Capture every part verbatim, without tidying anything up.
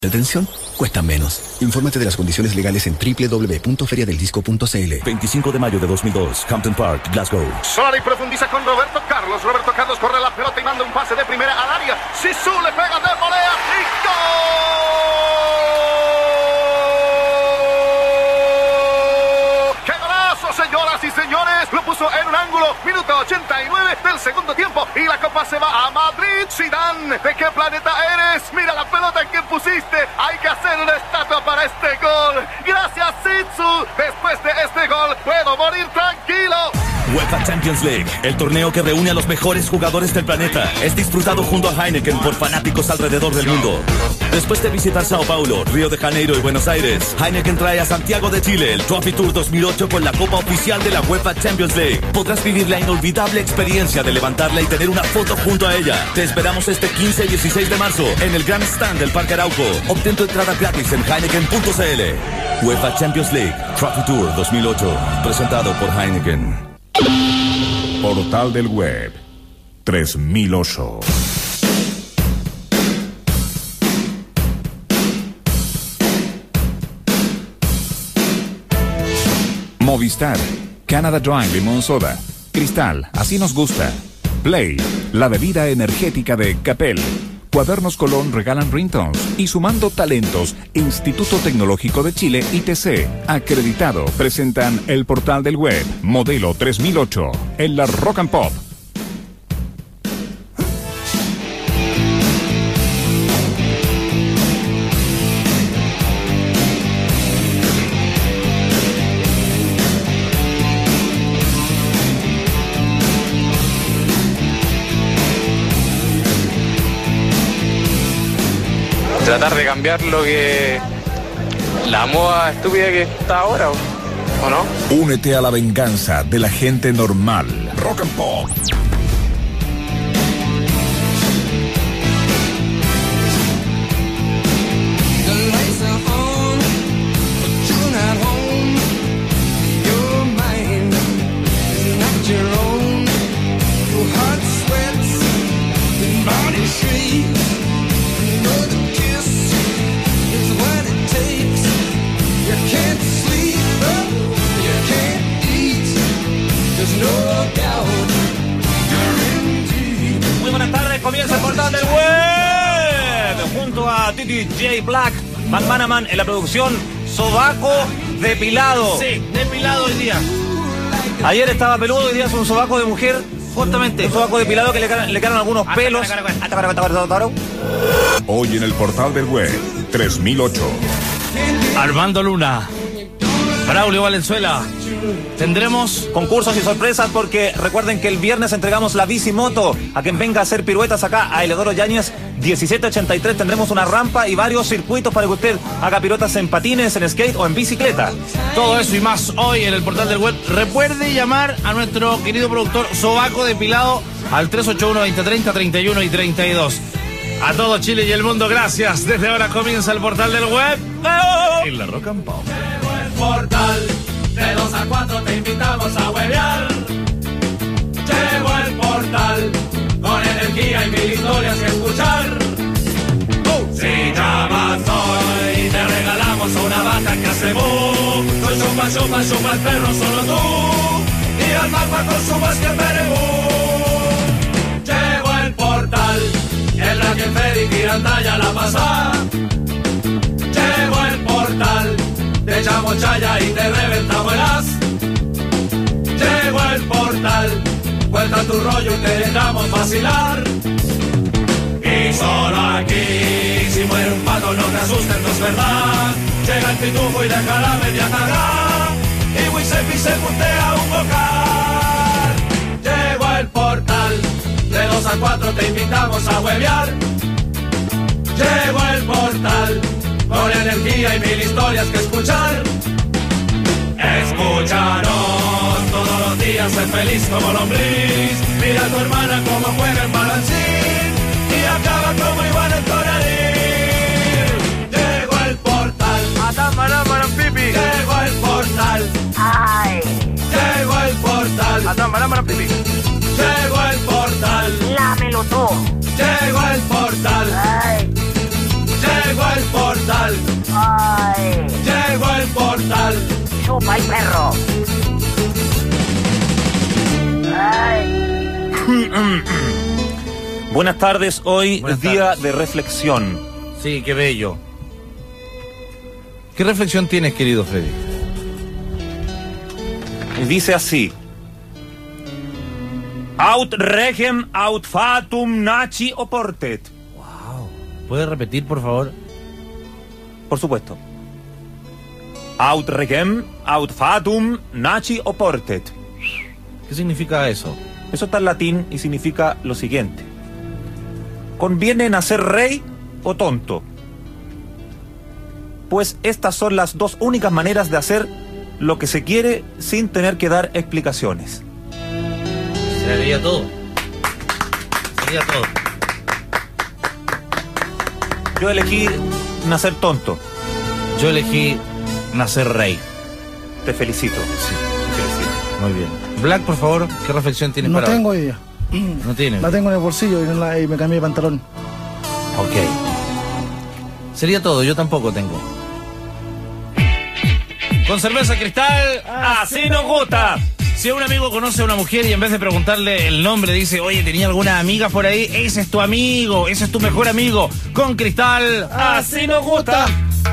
Atención, cuesta menos. Infórmate de las condiciones legales en doble u doble u doble u punto feria del disco punto c l. veinticinco de mayo de dos mil dos, Hampton Park, Glasgow. Solari profundiza con Roberto Carlos. Roberto Carlos corre la pelota y manda un pase de primera al área. Sisu le pega de volea y ¡gol! ¡Qué golazo, señoras y señores! Lo puso en un ángulo. Minuto ochenta y nueve del segundo tiempo. Y la copa se va a Madrid. Zidane, ¿de qué planeta eres? Mira la pelota que pusiste. Hay que hacer una estatua para este gol. Gracias, Sisu. Después de este gol, puedo morir tranquilo. UEFA Champions League, el torneo que reúne a los mejores jugadores del planeta, es disfrutado junto a Heineken por fanáticos alrededor del mundo. Después de visitar Sao Paulo, Río de Janeiro y Buenos Aires, Heineken trae a Santiago de Chile el Trophy Tour dos mil ocho con la copa oficial de la UEFA Champions League. Podrás vivir la inolvidable experiencia de levantarla y tener una foto junto a ella. Te esperamos este quince y dieciséis de marzo en el Grand Stand del Parque Arauco. Obtén tu entrada gratis en Heineken punto c l. UEFA Champions League Trophy Tour dos mil ocho, presentado por Heineken. Portal del Web tres mil ocho. Movistar, Canada Dry Limón Soda, Cristal, así nos gusta. Play, la bebida energética de Capel. Cuadernos Colón regalan ringtones y Sumando Talentos, Instituto Tecnológico de Chile, I T C, acreditado, presentan el Portal del Web, modelo tres mil ocho, en la Rock and Pop. Tratar de cambiar lo que la moda estúpida que está ahora, ¿o no? Únete a la venganza de la gente normal. Rock and Pop. Comienza el Portal del Web junto a Titi J Black, McManaman en la producción. Sobaco depilado. Sí, depilado hoy día. Ayer estaba peludo, hoy día es un sobaco de mujer. Justamente. Un sobaco depilado que le, le quedan algunos Hasta pelos. cara, cara, cara, cara. Hoy en el Portal del Web tres mil ocho. Armando Luna, Braulio Valenzuela. Tendremos concursos y sorpresas porque recuerden que el viernes entregamos la bicimoto a quien venga a hacer piruetas acá a Eleodoro Yáñez diecisiete ochenta y tres. Tendremos una rampa y varios circuitos para que usted haga piruetas en patines, en skate o en bicicleta. todo eso y más hoy en el Portal del Web. Recuerde llamar a nuestro querido productor Sobaco Depilado al tres ocho uno, veinte treinta, treinta y uno y treinta y dos. A todo Chile y el mundo, gracias. Desde ahora comienza el Portal del Web en la Rock and Pop. El portal de dos a cuatro te invitamos a huevear. Llegó el portal con energía y mil historias que escuchar. Uh. Si llamas hoy te regalamos una vaca que hace bu. Soy chupa, chupa, chupa el perro, solo tú. Y al mapa con su más que perebú. Llegó el portal, el Raquel Freddy Girandaya la pasa. Llegó el portal, te echamos chaya y te reventamos el as. Llegó el portal, cuenta tu rollo y te dejamos vacilar. Y solo aquí, si muere un pato no te asustes, no es verdad. Llega el pitufo y deja la media cagada. Y Wisepi se puntea un bocal. Llegó el portal, de dos a cuatro te invitamos a huevear. Llegó el portal, con energía y mil historias que escuchar. Escúchanos todos los días, sé feliz como lombriz. Mira a tu hermana como juega en balancín y acaba como igual en Tonarín. Llegó el portal, llegó el portal. Ay. Llegó el portal, llegó el portal. Lámelo tú. Llegó el portal. Ay. Llegó el portal. chupa el perro. Buenas tardes, hoy Buenas es día tardes. de reflexión. Sí, qué bello. ¿Qué reflexión tienes, querido Freddy? Y dice así: Aut regem, aut fatum, naci oportet. ¿Puedes repetir, por favor? Por supuesto. Aut regem, aut fatum, naci oportet. ¿Qué significa eso? Eso está en latín y significa lo siguiente: ¿conviene nacer rey o tonto? Pues estas son las dos únicas maneras de hacer lo que se quiere sin tener que dar explicaciones. Sería todo. Sería todo. Yo elegí nacer tonto. Yo elegí nacer rey. Te felicito. Sí. Te felicito. Muy bien. Black, por favor, ¿qué reflexión tienes No para tengo hoy? idea. No tienes. La tengo en el bolsillo y, no la- y me cambié de pantalón. Ok. Sería todo, yo tampoco tengo. Con cerveza Cristal, así nos gusta. Si un amigo conoce a una mujer y en vez de preguntarle el nombre dice, oye, tenía alguna amiga por ahí, ese es tu amigo, ese es tu mejor amigo. Con Cristal, así nos gusta.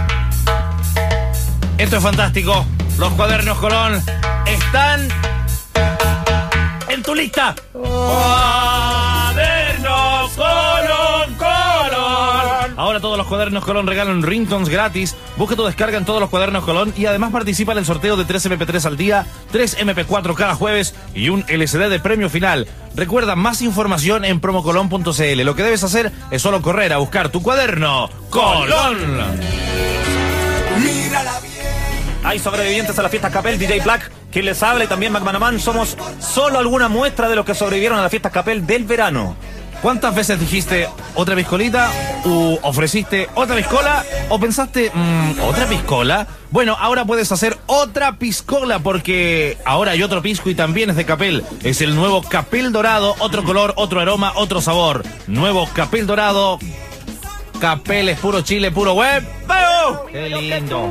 Esto es fantástico. Los cuadernos Colón están en tu lista. Cuadernos Colón, Colón. Ahora todos los cuadernos Colón regalan ringtones gratis. Busca tu descarga en todos los cuadernos Colón y además participa en el sorteo de tres eme pe tres al día, tres eme pe cuatro cada jueves y un ele ce de de premio final. Recuerda más información en promocolón punto ce ele. Lo que debes hacer es solo correr a buscar tu cuaderno Colón. Hay sobrevivientes a la fiesta Capel, D J Black, quien les habla, y también McManaman. Somos solo alguna muestra de los que sobrevivieron a la fiesta Capel del verano. ¿Cuántas veces dijiste otra piscolita? ¿O ofreciste otra piscola? ¿O pensaste, mmm, otra piscola? Bueno, ahora puedes hacer otra piscola porque ahora hay otro pisco y también es de Capel. Es el nuevo Capel Dorado, otro color, otro aroma, otro sabor. Nuevo Capel Dorado. Capel es puro chile, puro web. ¡Veo! ¡Qué lindo!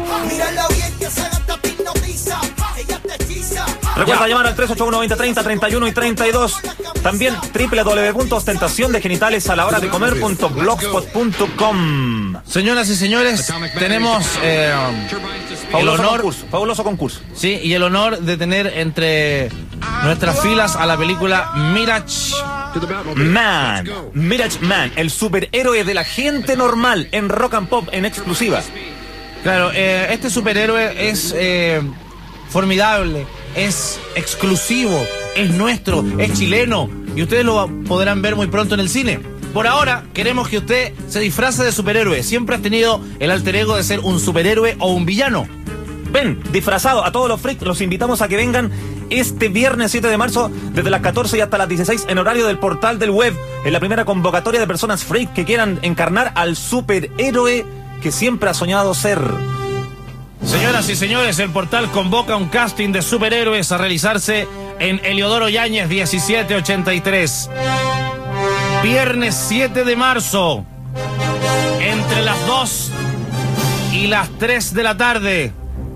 Recuerda llamar al tres ocho uno, veinte, treinta, treinta y uno y treinta y dos. También doble u doble u doble u punto ostentación de genitales a la hora de comer punto blogspot punto com. Señoras y señores, tenemos eh, el Fabuloso honor, concurso, fabuloso concurso. sí, y el honor de tener entre nuestras filas a la película Mirage Man, Mirage Man, el superhéroe de la gente normal en Rock and Pop en exclusiva. Claro, eh, este superhéroe es eh, formidable, es exclusivo, es nuestro, es chileno y ustedes lo podrán ver muy pronto en el cine. Por ahora, queremos que usted se disfrace de superhéroe. Siempre has tenido el alter ego de ser un superhéroe o un villano. Ven, disfrazado, a todos los freaks los invitamos a que vengan este viernes siete de marzo desde las catorce y hasta las dieciséis en horario del portal del web, en la primera convocatoria de personas freak que quieran encarnar al superhéroe que siempre ha soñado ser. Señoras y señores, el portal convoca un casting de superhéroes a realizarse en Eliodoro Yáñez diecisiete ochenta y tres. Viernes siete de marzo, entre las dos y las tres de la tarde,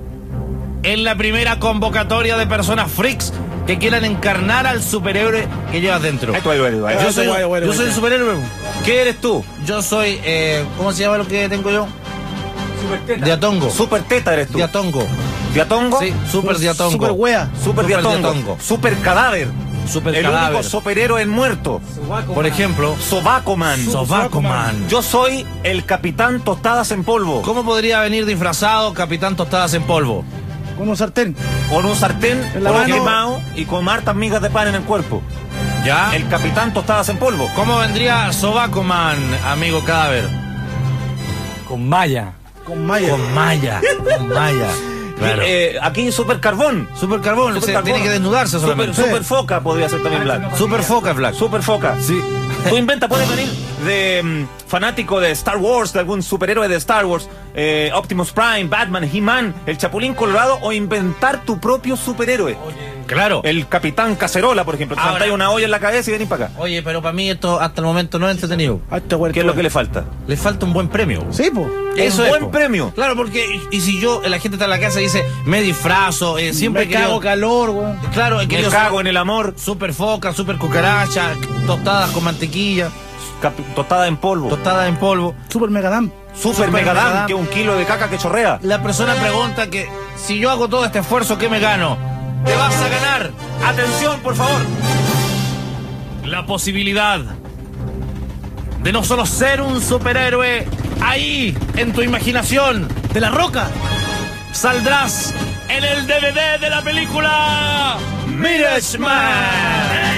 en la primera convocatoria de personas freaks que quieran encarnar al superhéroe que llevas dentro. Ay, bueno, bueno, bueno. Yo soy, Bueno, bueno, yo soy bueno. el superhéroe. ¿Qué eres tú? Yo soy, eh, ¿cómo se llama lo que tengo yo? Diatongo. Super teta eres tú. Diatongo. ¿Diatongo? Sí, super diatongo. Super wea. Super Super diatongo. diatongo. Super cadáver. Super El cadáver. único superhéroe muerto. Por ejemplo, Sobacoman. Sobacoman. Yo soy el capitán Tostadas en polvo. ¿Cómo podría venir disfrazado Capitán Tostadas en polvo? Con un sartén. Con un sartén, En la con mano. quemado y con hartas migas de pan en el cuerpo. ¿Ya? El capitán Tostadas en polvo. ¿Cómo vendría Sobacoman, amigo cadáver? Con malla. Con malla. Con malla. Con malla. Claro. Eh, aquí super carbón. Super carbón, Super se carbón. tiene que desnudarse Super, solamente. super foca podría ser también Black. Super foca, Black. Super foca. Sí. Tú inventa, puedes venir de mm, fanático de Star Wars, de algún superhéroe de Star Wars, eh, Optimus Prime, Batman, He-Man, el Chapulín Colorado, o inventar tu propio superhéroe. Claro. El Capitán Cacerola, por ejemplo. Te Ahora- levantáis una olla en la cabeza y venís para acá. Oye, pero para mí esto hasta el momento no es entretenido. A este güey, ¿Qué es lo que le falta? Le falta un buen premio. Sí, pues. Eso un es, buen po. premio. Claro, porque y, y si yo, la gente está en la casa y dice, me disfrazo, eh, siempre Me he querido- cago calor, weón. Claro, he Me querido cago en el amor. super foca, super cucaracha, tostadas con mantequilla, Capi- tostada en polvo. tostadas en polvo. Super Megadam. Super, Super Megadam, Megadam. que es un kilo de caca que chorrea. La persona pregunta que si yo hago todo este esfuerzo, ¿qué me gano? Te vas a ganar. Atención, por favor. La posibilidad de no solo ser un superhéroe ahí, en tu imaginación, De la Roca. saldrás en el D V D de la película Mirage-Man.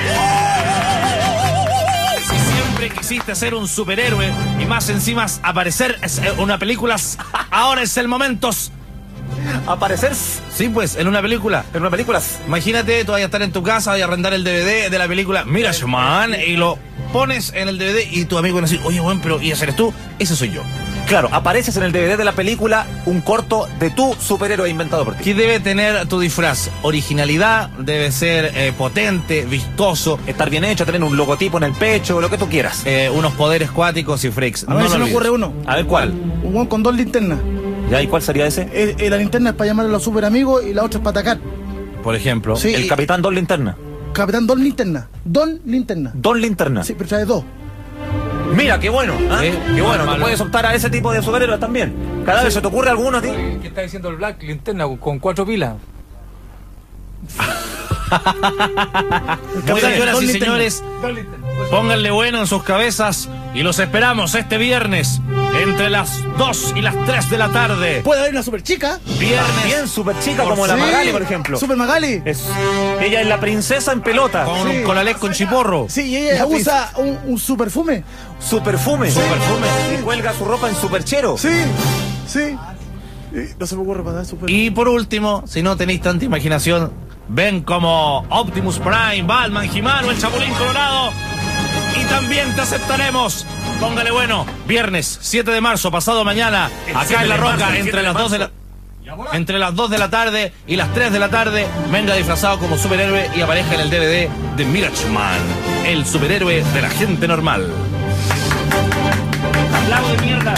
Si siempre quisiste ser un superhéroe y más encima aparecer en una película, ahora es el momento. Aparecer Sí, pues, en una película. en una película. Imagínate, tú vas a estar en tu casa, vas a arrendar el D V D de la película Mirage-Man y lo pones en el D V D y tu amigo va a decir, oye, bueno, pero ¿y ese eres tú? Ese soy yo. Claro, apareces en el D V D de la película un corto de tu superhéroe inventado por ti. ¿Qué debe tener tu disfraz? Originalidad, debe ser eh, potente, vistoso, Estar bien hecho, tener un logotipo en el pecho, lo que tú quieras. eh, unos poderes cuáticos y freaks. A ver, se me ocurre uno. A ver cuál. Un weón con dos linternas. ¿Ya? ¿Y cuál sería ese? Eh, eh, la linterna es para llamar a los super amigos y la otra es para atacar. Por ejemplo. Sí. El Capitán Don Linterna. Capitán, dos linternas. Don linternas. Don Linterna. Sí, pero trae dos. Mira, qué bueno. ¿ah? Sí, Qué no bueno. es Tú malo. puedes optar a ese tipo de superhéroes también. Cada vez se te ocurre alguno a ti. ¿Qué está diciendo el Black? Linterna con cuatro pilas. Muy bien, señoras Don y linterna. señores, pónganle bueno en sus cabezas y los esperamos este viernes entre las dos y las tres de la tarde. Puede haber una super chica. Viernes Bien super chica Por como la Sí, Magali, por ejemplo. Super Magali. Es, ella es la princesa en pelota. con, Sí. con la ley con chiporro. Sí, y ella La usa un, un su perfume. Su perfume. Su perfume. Y cuelga su ropa en superchero. Sí, sí. Y no se me ocurre para dar super. Y por último, si no tenéis tanta imaginación, ven como Optimus Prime, Batman, He-Man o el Chapulín Colorado y también te aceptaremos. Póngale bueno, viernes siete de marzo, pasado mañana, acá siete en La de marzo, Roca, el siete entre de las dos de la... Entre las dos de la tarde y las tres de la tarde, venga disfrazado como superhéroe y aparezca en el D V D de Mirage-Man, el superhéroe de la gente normal. ¡Lago de mierda!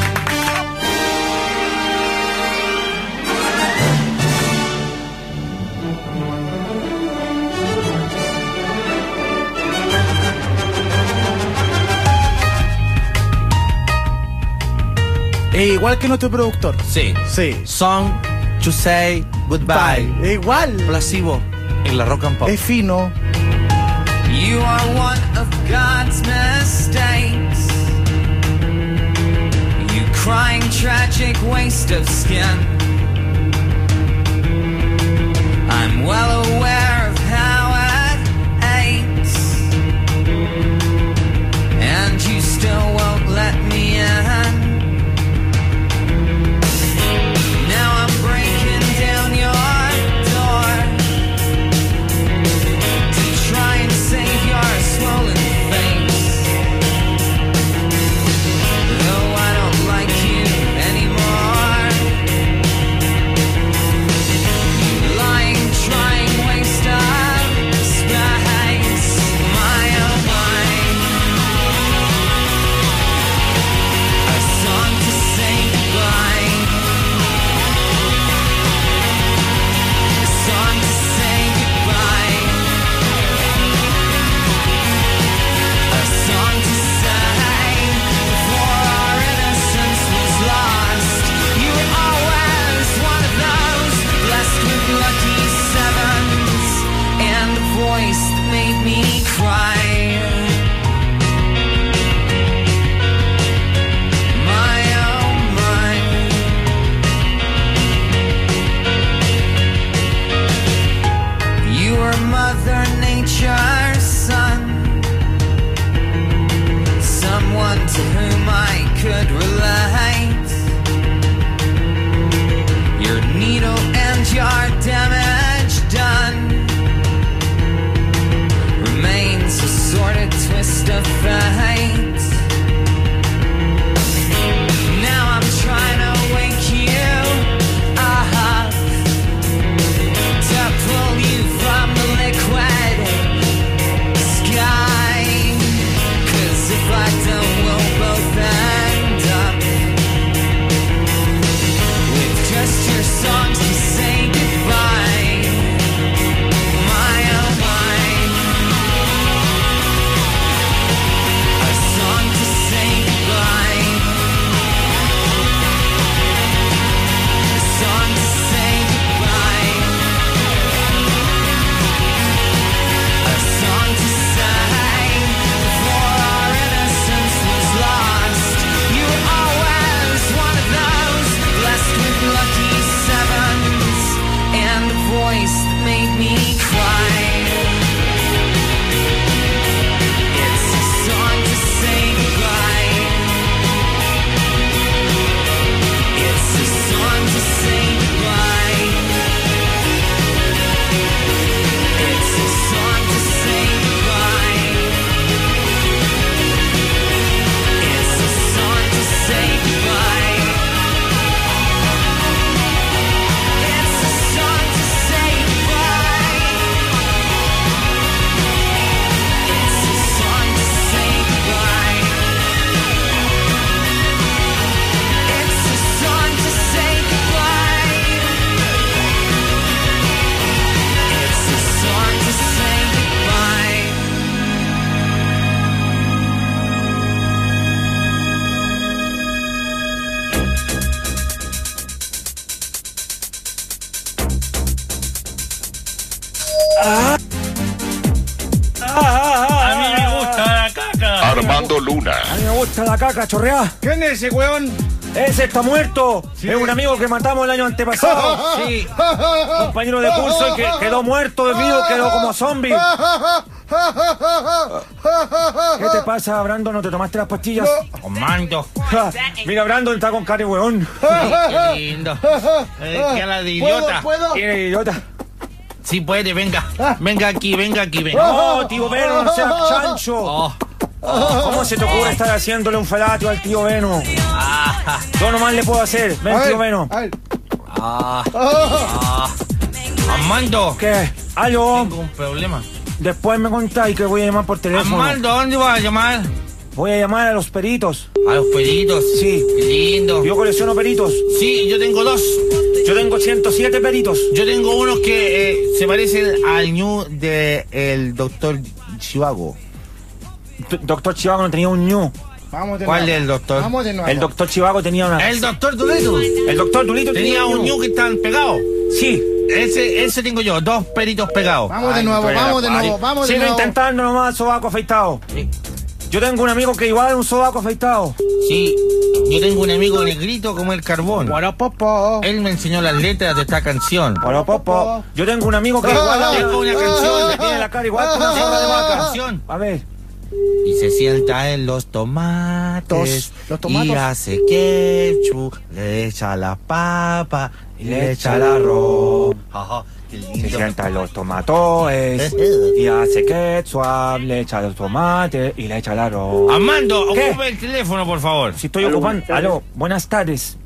Es igual que nuestro productor. Sí. Sí. Song to say goodbye. Es igual. Placebo en La Rock and Pop. Es fino. You are one of God's mistakes. You crying tragic waste of skin. I'm well aware of how it aches, and you still won't let me in. Now I'm breaking down your door to try and save your swollen face. Though I don't like you anymore. Lying, trying, Ah. Ah, ah, A mí me gusta la caca. Armando Luna. A mí me gusta la caca, chorrea. ¿Quién es ese weón? Ese está muerto. Sí. Es un amigo que matamos el año antepasado. Sí. Compañero de curso y que quedó muerto de vivo, quedó como zombie. ¿Qué te pasa, Brandon? ¿No te tomaste las pastillas? Armando. Mira, Brandon está con cara de weón. Qué lindo. Eh, qué la de idiota. ¿Puedo? ¿Quién es idiota? Sí puede, venga. Venga aquí, venga aquí, venga. No, tío Beno, no seas chancho. Oh. Oh, ¿cómo se te ocurre estar haciéndole un felatio al tío Beno? Ah. Yo nomás le puedo hacer. Ven, tío Beno. Ah. Ah. Armando. ¿Qué? ¿Aló? Tengo un problema. Después me contáis que voy a llamar por teléfono. Armando, ¿a dónde vas a llamar? Voy a llamar a los peritos. ¿A los peritos? Sí. Qué lindo. Yo colecciono peritos. Sí, yo tengo dos. Yo tengo ciento siete peritos. Yo tengo unos que eh, se parecen al ñu del doctor Chivago. Doctor Chivago no tenía un ñu. Vamos de ¿Cuál nuevo. es el doctor? Vamos de nuevo. El doctor Chivago tenía una... El doctor Dulito. El doctor Dulito tenía, tenía un ñu que están pegados. Sí. Ese, ese tengo yo, dos peritos pegados. Vamos de nuevo, Ay, vamos de nuevo, vamos de Sigo nuevo. intentando nomás, sobaco afeitado. Sí. Yo tengo un amigo que igual es un sobaco afeitado. Sí, yo tengo un amigo negrito como el carbón. Guarapopo. Él me enseñó las letras de esta canción. Guarapopo. Yo tengo un amigo que igual tengo una canción que tiene la cara igual que una sola de vaca. Canción. A ver. Y se sienta en los tomates. Los tomates. Y hace ketchup, le echa la papa y le echa el arroz. Ajá. Se sienta en los tomatoes y hace ketchup, le echa los tomates y le echa el arroz. Armando, ¿Qué? ocupa el teléfono, por favor. Si estoy ocupando. Aló, buenas tardes.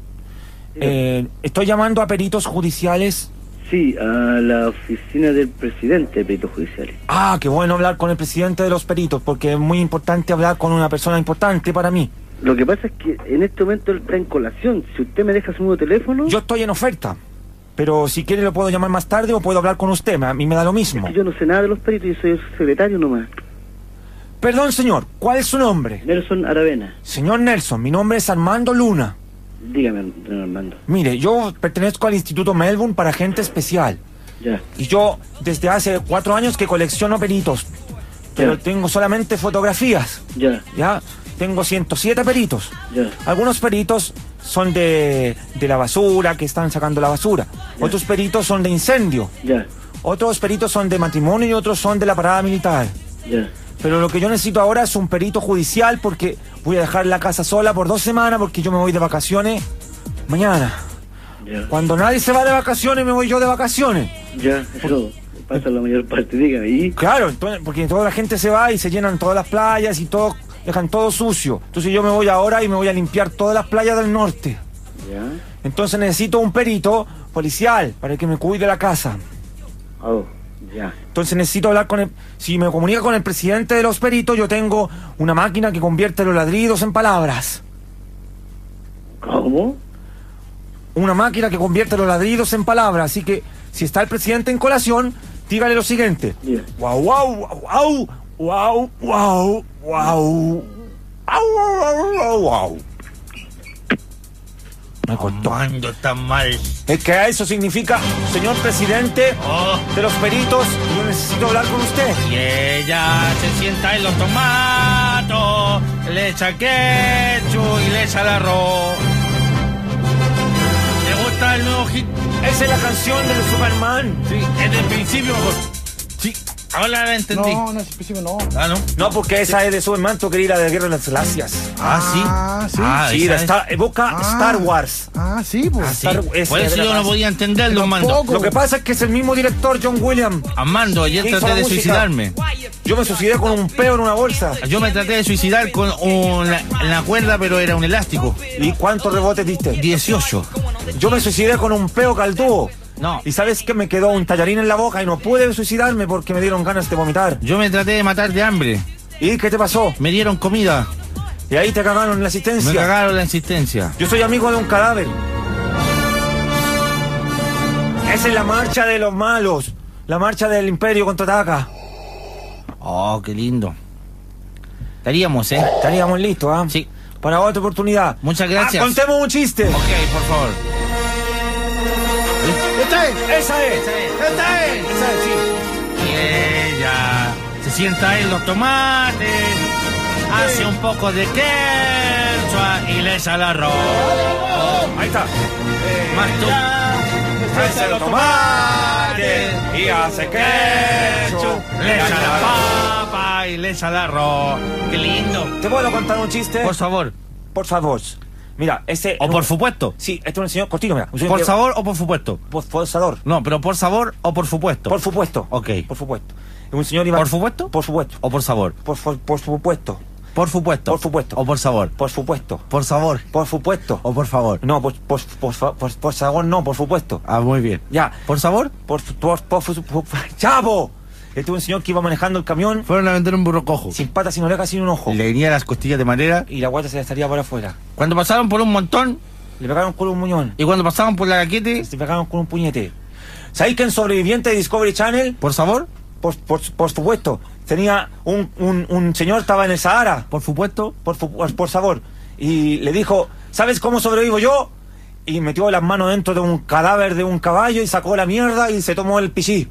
Eh, estoy llamando a peritos judiciales. Sí, a la oficina del presidente de peritos judiciales. Ah, qué bueno hablar con el presidente de los peritos, porque es muy importante hablar con una persona importante para mí. Lo que pasa es que en este momento él está en colación. Si usted me deja su nuevo teléfono... Yo estoy en oferta. Pero si quiere lo puedo llamar más tarde o puedo hablar con usted. A mí me da lo mismo. Es que yo no sé nada de los peritos, yo soy el secretario nomás. Perdón, señor. ¿Cuál es su nombre? Nelson Aravena. Señor Nelson, mi nombre es Armando Luna. Dígame, don Armando. Mire, yo pertenezco al Instituto Melbourne para gente especial. Ya. Y yo desde hace cuatro años que colecciono peritos. Pero Ya. tengo solamente fotografías. Ya. Ya. Tengo ciento siete peritos. Ya. Algunos peritos son de, de la basura, que están sacando la basura. Ya. Otros peritos son de incendio. Ya. Otros peritos son de matrimonio y otros son de la parada militar. Ya. Pero lo que yo necesito ahora es un perito judicial porque voy a dejar la casa sola por dos semanas porque yo me voy de vacaciones mañana. Ya. Cuando nadie se va de vacaciones, me voy yo de vacaciones. Ya, eso pasa la mayor parte, dígame. ¿Y? Claro, entonces, porque toda la gente se va y se llenan todas las playas y todo, dejan todo sucio. Entonces yo me voy ahora y me voy a limpiar todas las playas del norte. Ya. Entonces necesito un perito policial para que me cuide la casa. Oh, ya. Entonces necesito hablar con el... Si me comunica con el presidente de los peritos, yo tengo una máquina que convierte los ladridos en palabras. ¿Cómo? Una máquina que convierte los ladridos en palabras. Así que, si está el presidente en colación, dígale lo siguiente. Yeah. Wow, wow, wow, wow, wow, wow, wow, wow, wow. Me cortó. Armando, está mal. Es que eso significa, señor presidente Oh. de los peritos, yo necesito hablar con usted. Y ella se sienta en los tomatos, le echa ketchup y le echa el arroz. ¿Te gusta el nuevo hit? Esa es la canción del Superman. Sí, desde el principio. Sí, ahora la entendí. No, no, es específico, no. Ah, ¿no? No, porque esa es de Superman, tú querías la de Guerra de las Galaxias. Ah, sí. Ah, sí. Ah, Sí, esa de es. Star, busca Ah. Star Wars. Ah, sí, pues. Ah, sí. Star- esa Por es eso de la yo no casa. podía entenderlo, Armando. Tampoco. Lo que pasa es que es el mismo director, John Williams. Armando, ayer ¿Qué hizo traté la de música? suicidarme. Yo me suicidé con un peo en una bolsa. Yo me traté de suicidar con una, una cuerda, pero era un elástico. ¿Y cuántos rebotes diste? dieciocho. Yo me suicidé con un peo caldudo. No. ¿Y sabes qué? Me quedó un tallarín en la boca y no pude suicidarme porque me dieron ganas de vomitar. Yo me traté de matar de hambre. ¿Y qué te pasó? Me dieron comida. Y ahí te cagaron en la asistencia. Me cagaron la insistencia. Yo soy amigo de un cadáver. Esa es la marcha de los malos. La marcha del Imperio contraataca. Oh, qué lindo. Estaríamos, ¿eh? Estaríamos listos, ¿ah? Sí. Para otra oportunidad. Muchas gracias. Ah, contemos un chiste. Ok, por favor. ¡Esta es! Esa es. Esa es. ¡Esta es! Esa es, sí. Ella se sienta en los tomates, hace un poco de quechua y le echa el arroz. Ahí está. Más tú. Hace los tomates y hace quechua, le echa la papa y le echa el arroz. Qué lindo. ¿Te puedo contar un chiste? Por favor. Por favor. Mira, este... O por supuesto. Sí, este es un señor cortino, mira. ¿Por sabor o por supuesto? Por, por sabor. No, pero por sabor o por supuesto. Por supuesto. Ok. Por supuesto. Un señor iba... ¿Por supuesto? Por supuesto. ¿O por sabor? Por, por, por supuesto. Por supuesto. Por supuesto. ¿O por sabor? Por supuesto. ¿Por sabor? Por supuesto. ¿O por favor? No, por, por, por, por, por sabor no, por supuesto. Ah, muy bien. Ya. ¿Por sabor? Por... por, por, por, por, por ¡Chavo! Este es un señor que iba manejando el camión. Fueron a vender un burro cojo. Sin patas, sin orejas, sin un ojo. Le venía las costillas de madera. Y la guata se le estaría por afuera. Cuando pasaron por un montón. Le pegaron con un muñón. Y cuando pasaban por la gaquete. Se pegaron con un puñete. ¿Sabéis que en Sobreviviente de Discovery Channel? ¿Por sabor? Por, por, por supuesto. Tenía un, un, un señor, estaba en el Sahara. ¿Por supuesto? Por, por, por sabor. Y le dijo, ¿sabes cómo sobrevivo yo? Y metió las manos dentro de un cadáver de un caballo y sacó la mierda y se tomó el pichí.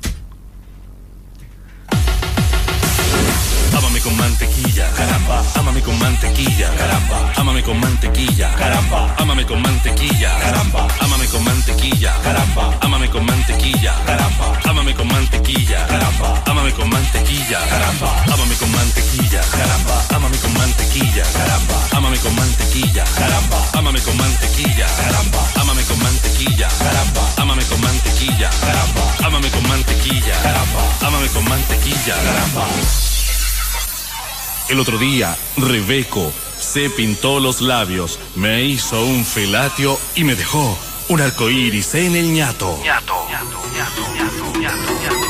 Ámame con mantequilla, caramba. Ámame con mantequilla, caramba. Ámame con mantequilla, caramba. Ámame con mantequilla, caramba. Ámame con mantequilla, caramba. Ámame con mantequilla, caramba. Ámame con mantequilla, caramba. Ámame con mantequilla, caramba. Ámame con mantequilla, caramba. Ámame con mantequilla, caramba. Ámame con mantequilla, caramba. Ámame con mantequilla, caramba. Ámame con mantequilla, caramba. Ámame con mantequilla, caramba. Ámame con mantequilla, caramba. Ámame con mantequilla, caramba. El otro día, Rebeco se pintó los labios, me hizo un felatio y me dejó un arcoíris en el ñato. Ñato, ñato, ñato, ñato, ñato, ñato.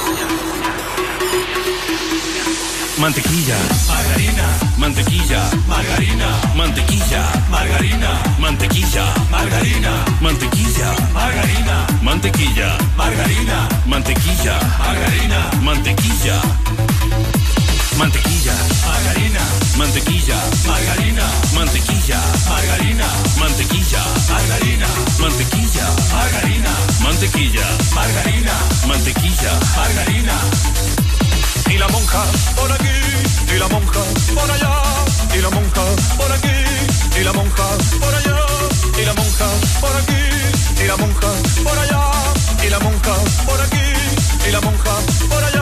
Mantequilla, margarina, mantequilla, margarina, mantequilla, margarina, mantequilla, margarina, mantequilla, margarina, mantequilla, margarina, mantequilla, margarina, mantequilla. Mantequilla, margarina, mantequilla, margarina, mantequilla, margarina, mantequilla, margarina, mantequilla, margarina, mantequilla, margarina, mantequilla, margarina. Y la monja por aquí, y la monja por allá, y la monja por aquí, y la monja por allá, y la monja por aquí, y la monja por allá, y la monja por aquí, y la monja por allá.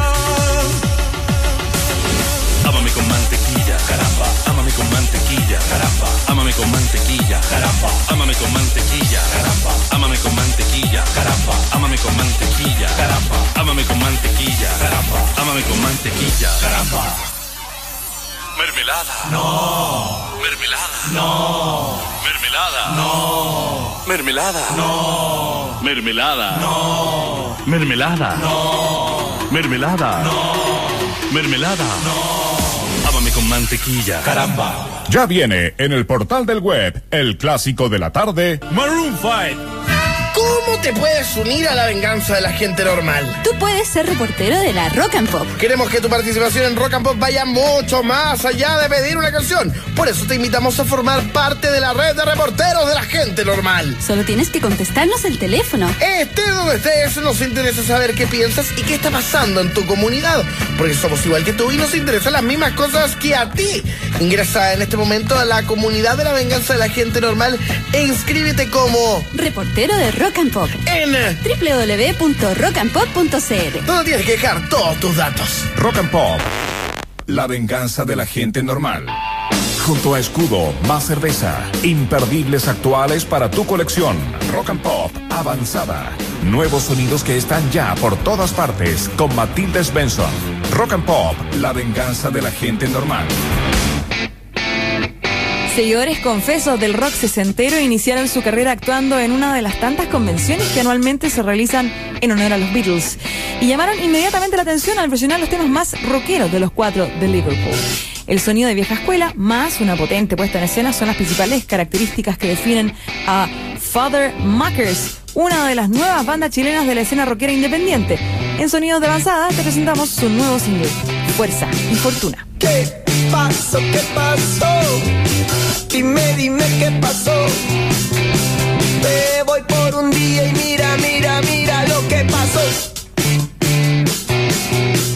Ámame con mantequilla, caramba. Ámame con mantequilla, caramba. Ámame con mantequilla, caramba. Ámame con mantequilla, caramba. Ámame con mantequilla, caramba. Ámame con mantequilla, caramba. Ámame con mantequilla, caramba. Ámame con mantequilla, caramba. Mermelada. No. Mermelada. No. Mermelada. No. Mermelada. No. Mermelada. No. Mermelada. No. Mermelada. No. Mermelada. No. Ámame con mantequilla, caramba. Ya viene en el portal del web el clásico de la tarde, Maroon cinco. ¿Cómo te puedes unir a la venganza de la gente normal? Tú puedes ser reportero de la Rock and Pop. Queremos que tu participación en Rock and Pop vaya mucho más allá de pedir una canción. Por eso te invitamos a formar parte de la red de reporteros de la gente normal. Solo tienes que contestarnos el teléfono. Estés donde estés, nos interesa saber qué piensas y qué está pasando en tu comunidad. Porque somos igual que tú y nos interesan las mismas cosas que a ti. Ingresa en este momento a la comunidad de la venganza de la gente normal e inscríbete como reportero de Rock and Pop en doble u doble u doble u punto rock and pop punto c l, donde tienes que dejar todos tus datos. Rock and Pop, la venganza de la gente normal. Junto a Escudo, más cerveza, imperdibles actuales para tu colección. Rock and Pop avanzada. Nuevos sonidos que están ya por todas partes con Matilde Svensson. Rock and Pop, la venganza de la gente normal. Seguidores confesos del rock sesentero iniciaron su carrera actuando en una de las tantas convenciones que anualmente se realizan en honor a los Beatles y llamaron inmediatamente la atención al versionar los temas más rockeros de los cuatro de Liverpool. El sonido de vieja escuela más una potente puesta en escena son las principales características que definen a Father Muckers, una de las nuevas bandas chilenas de la escena rockera independiente. En Sonidos de Avanzada te presentamos su nuevo single, Fuerza y Fortuna. ¿Qué pasó? ¿Qué pasó? Dime, dime qué pasó. Me voy por un día y mira, mira, mira lo que pasó.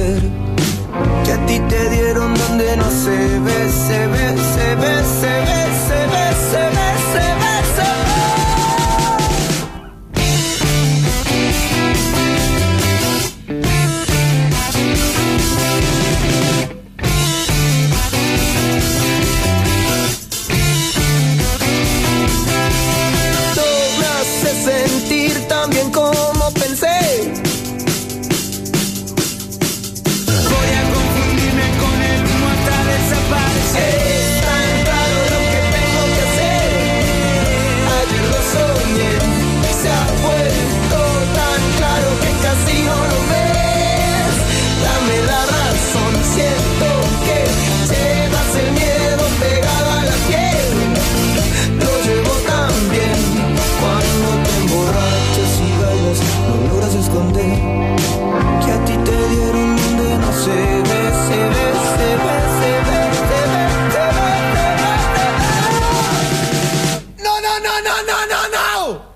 esconder que a ti te dieron donde no se ve, se ve, se ve, se ve, se ve, se ve, se ve, se ve. Sentir tan bien como pensé. Voy a confundirme con el humo hasta desaparecer. Es tan claro lo que tengo que hacer. Ayer lo soñé, se ha vuelto tan claro que casi no lo ves. Dame la razón, siento que llevas el miedo pegado a la piel. Lo llevo tan bien cuando te emborrachas y bailas, no logras esconder que a ti te dieron donde no se ve, se ve, se ve, se ve, se ve, se ve, se ve, se ve. No, no, no, no, no, no, no.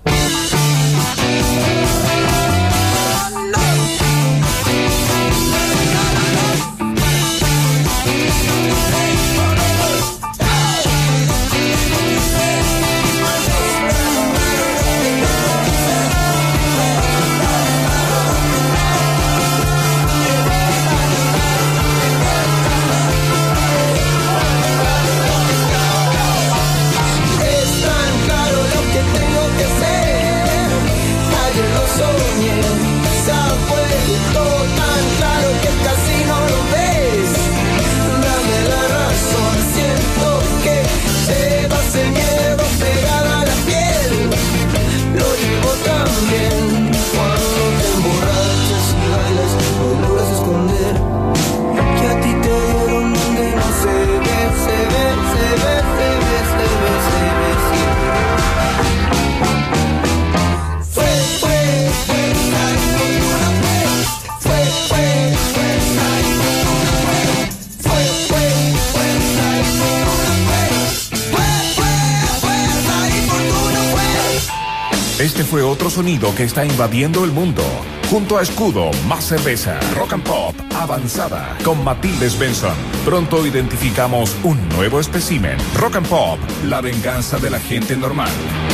Este fue otro sonido que está invadiendo el mundo. Junto a Escudo, más cerveza, Rock and Pop, avanzada, con Matilde Svensson. Pronto identificamos un nuevo espécimen. Rock and Pop, la venganza de la gente normal.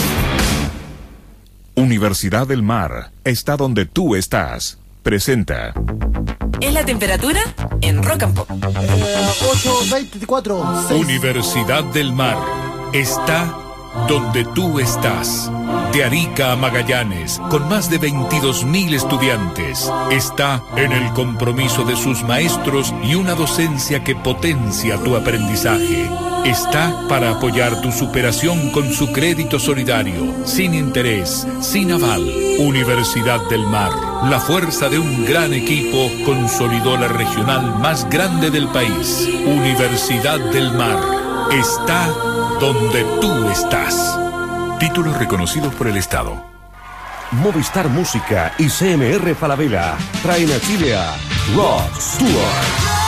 Universidad del Mar, está donde tú estás. Presenta. ¿Es la temperatura? En Rock and Pop. Eh, ocho veinticuatro. Universidad del Mar, está donde tú estás. De Arica a Magallanes, con más de veintidós mil estudiantes, está en el compromiso de sus maestros y una docencia que potencia tu aprendizaje. Está para apoyar tu superación con su crédito solidario, sin interés, sin aval. Universidad del Mar, la fuerza de un gran equipo, consolidó la regional más grande del país. Universidad del Mar, está donde tú estás. Títulos reconocidos por el Estado. Movistar Música y C M R Falabella traen a Chile a Rod Stewart.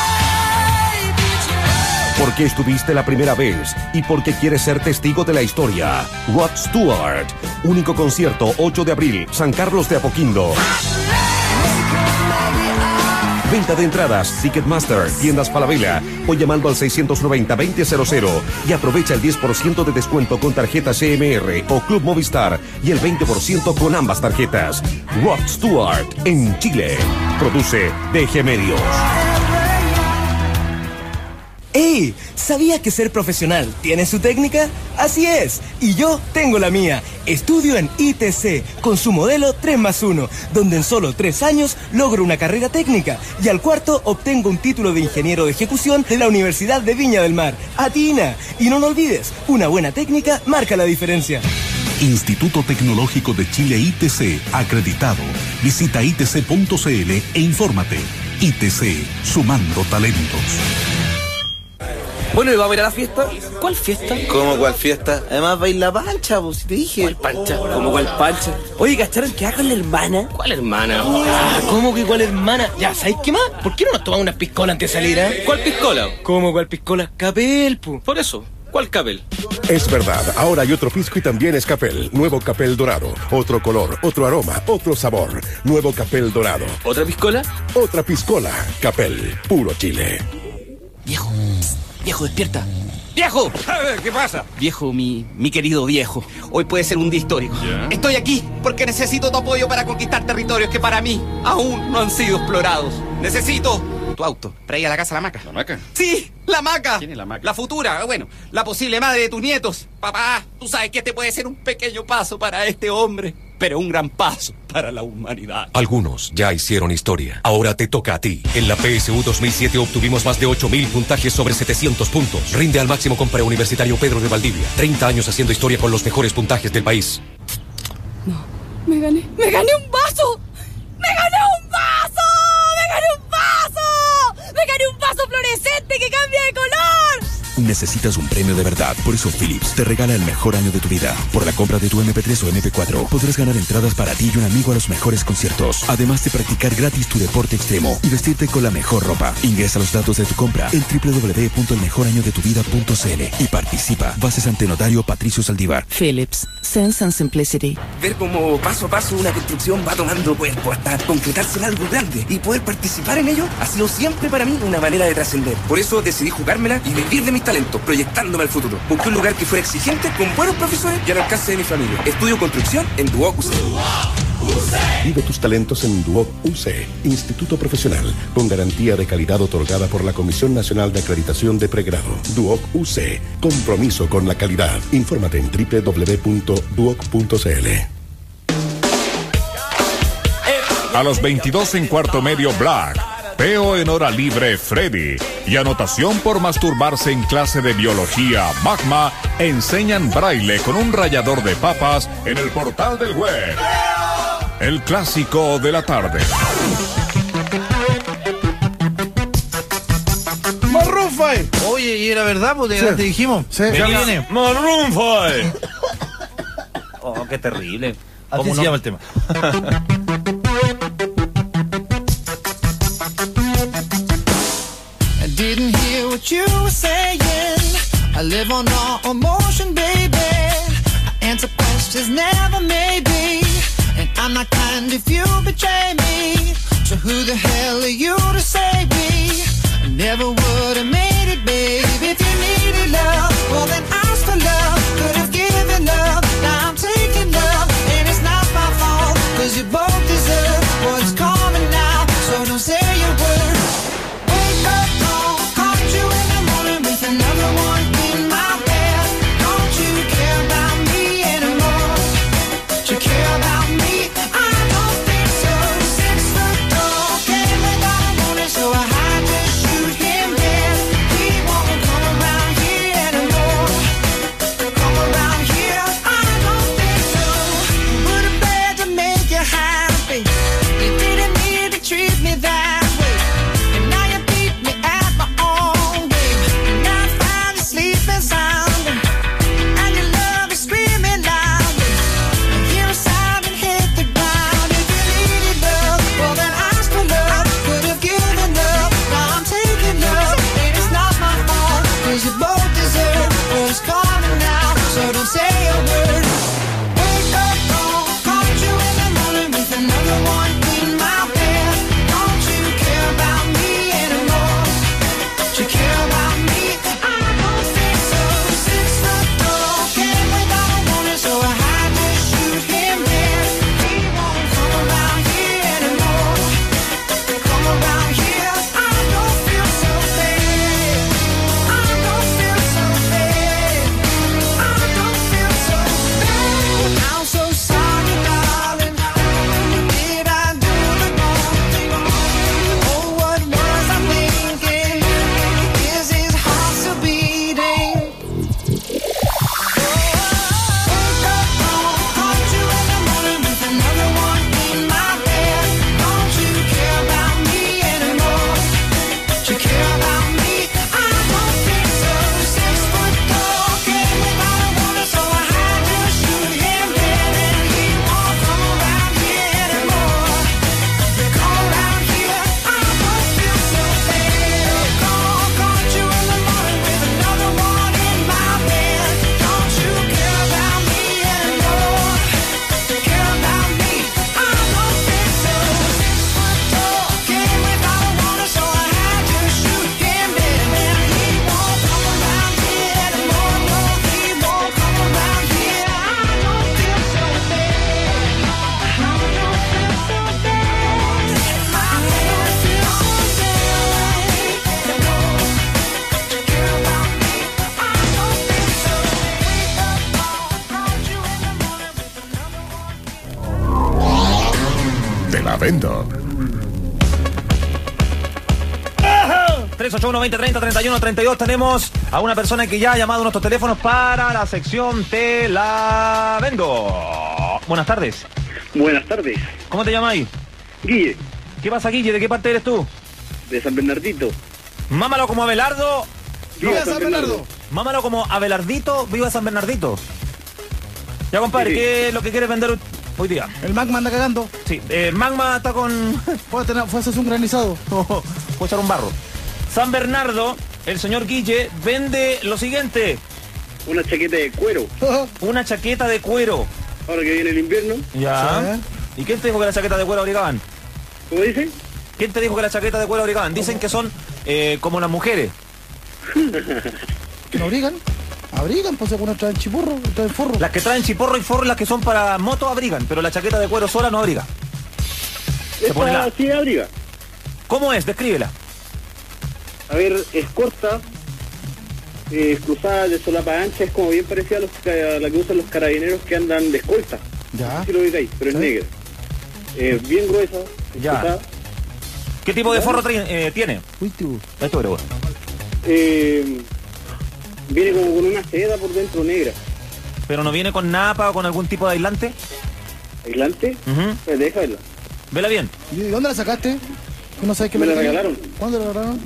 Porque estuviste la primera vez y porque quieres ser testigo de la historia. Rod Stewart. Único concierto ocho de abril, San Carlos de Apoquindo. Venta de entradas, Ticketmaster, Tiendas Falabella o llamando al seiscientos noventa, veinte cero cero y aprovecha el diez por ciento de descuento con tarjeta C M R o Club Movistar y el veinte por ciento con ambas tarjetas. Rod Stewart en Chile. Produce D G Medios. ¡Ey! ¿Sabías que ser profesional tiene su técnica? Así es, y yo tengo la mía. Estudio en I T C con su modelo tres más uno, donde en solo tres años logro una carrera técnica y al cuarto obtengo un título de ingeniero de ejecución de la Universidad de Viña del Mar. ¡Atina! Y no lo olvides, una buena técnica marca la diferencia. Instituto Tecnológico de Chile I T C, acreditado. Visita I T C punto C L e infórmate. I T C, sumando talentos. Bueno, ¿y vamos a ir a la fiesta? ¿Cuál fiesta? ¿Cómo cuál fiesta? Además va a ir la pancha, pues, si te dije. ¿Cuál pancha? ¿Cómo cuál pancha? Oye, ¿cacharon que haga con la hermana? ¿Cuál hermana? Ah, ¿cómo que cuál hermana? Ya, ¿sabes qué más? ¿Por qué no nos tomamos unas piscolas antes de salir, eh? ¿Cuál piscola? ¿Cómo cuál piscola? Capel, pu. Por eso. ¿Cuál Capel? Es verdad, ahora hay otro pisco y también es Capel. Nuevo Capel dorado. Otro color, otro aroma, otro sabor. Nuevo Capel dorado. ¿Otra piscola? Otra piscola. Capel, puro Chile. Viejo, viejo, despierta. ¡Viejo! ¿Qué pasa? Viejo, mi, mi querido viejo. Hoy puede ser un día histórico. ¿Ya? Estoy aquí porque necesito tu apoyo para conquistar territorios que para mí aún no han sido explorados. Necesito tu auto para ir a la casa de la Maca. ¿La Maca? Sí, la Maca. ¿Quién es la Maca? La futura, bueno, la posible madre de tus nietos. Papá, tú sabes que este puede ser un pequeño paso para este hombre, pero un gran paso para la humanidad. Algunos ya hicieron historia. Ahora te toca a ti. En la P S U dos mil siete obtuvimos más de ocho mil puntajes sobre setecientos puntos. Rinde al máximo con Preuniversitario Pedro de Valdivia. treinta años haciendo historia con los mejores puntajes del país. Me gané, me gané un vaso. Me gané un vaso. Me gané un vaso. Me gané un vaso fluorescente que cambia de color. Necesitas un premio de verdad. Por eso Philips te regala el mejor año de tu vida. Por la compra de tu eme pe tres o eme pe cuatro podrás ganar entradas para ti y un amigo a los mejores conciertos. Además de practicar gratis tu deporte extremo y vestirte con la mejor ropa. Ingresa los datos de tu compra en doble u doble u doble u punto el mejor año de tu vida punto ce ele y participa. Bases ante notario Patricio Saldívar. Philips, Sense and Simplicity. Ver cómo paso a paso una construcción va tomando cuerpo hasta concretarse en algo grande y poder participar en ello ha sido siempre para mí una manera de trascender. Por eso decidí jugármela y vivir de mis talentos, proyectándome al futuro. Busqué un lugar que fuera exigente, con buenos profesores y al alcance de mi familia. Estudio construcción en Duoc U C. Vive tus talentos en Duoc U C, Instituto Profesional, con garantía de calidad otorgada por la Comisión Nacional de Acreditación de Pregrado. Duoc U C, compromiso con la calidad. Infórmate en doble u doble u doble u punto duoc punto ce ele. A los veintidós en cuarto medio Black. Peo en hora libre Freddy. Y anotación por masturbarse en clase de biología Magma. Enseñan braille con un rallador de papas en el portal del web. El clásico de la tarde. Maroon five. Oye, y era verdad, porque Sí. te dijimos. Sí. Ya Ya. viene. Maroon five. Oh, qué terrible. Así ¿Cómo se no? llama el tema. I didn't hear what you were saying. I live on all emotion, baby. I answer questions, never maybe. And I'm not kind if you betray me. So who the hell are you to save me? I never would have made it, baby. If you needed love, well then ask for love. Could have given love, now I'm taking love. And it's not my fault, cause you both deserve what's coming now. So don't say your words. Wake up, oh, caught you in the morning with another one in my bed. Don't you care about me anymore? Do you care about me? I don't think so. Six foot tall, came without a warning, so I had to shoot him dead. Vendo. tres ocho uno, veinte, treinta, treinta y uno, treinta y dos. Tenemos a una persona que ya ha llamado a nuestros teléfonos para la sección Te la vendo. Buenas tardes. Buenas tardes. ¿Cómo te llamáis? Guille. ¿Qué pasa, Guille? ¿De qué parte eres tú? De San Bernardito. Mámalo como Abelardo. Viva San Bernardo. Mámalo como Abelardito. Viva San Bernardito. Ya, compadre, sí, sí. ¿Qué es lo que quieres vender hoy día? El Magma anda cagando. Sí, eh, Magma está con... Fue a, tener, fue a hacerse un granizado. Fue a echar un barro. San Bernardo, el señor Guille, vende lo siguiente. Una chaqueta de cuero. Una chaqueta de cuero. Ahora que viene el invierno. Ya. ¿Y quién te dijo que la chaqueta de cuero abrigaban? ¿Cómo dice? ¿Quién te dijo que la chaqueta de cuero abrigaban? Dicen que son eh, como las mujeres. ¿Que no abrigan? Abrigan, pues algunas traen chiporro, traen forro. Las que traen chiporro y forro, las que son para moto, abrigan. Pero la chaqueta de cuero sola no abriga. Se pone la... sí abriga. ¿Cómo es? Descríbela. A ver, es corta, eh, cruzada de solapa ancha, es como bien parecida a, los, a la que usan los carabineros que andan de escolta. Ya. Si lo ubicáis, pero es negra. Eh, bien gruesa. Ya. Cruzada. ¿Qué tipo de forro eh, tiene? Uy, tú. Esto, pero bueno. Eh, viene como con una seda por dentro negra. ¿Pero no viene con napa o con algún tipo de aislante? ¿Aislante? Uh-huh. Pues deja verla. Vela bien. ¿Y de dónde la sacaste? ¿No sabes qué me la regalaron? ¿Cuándo la regalaron?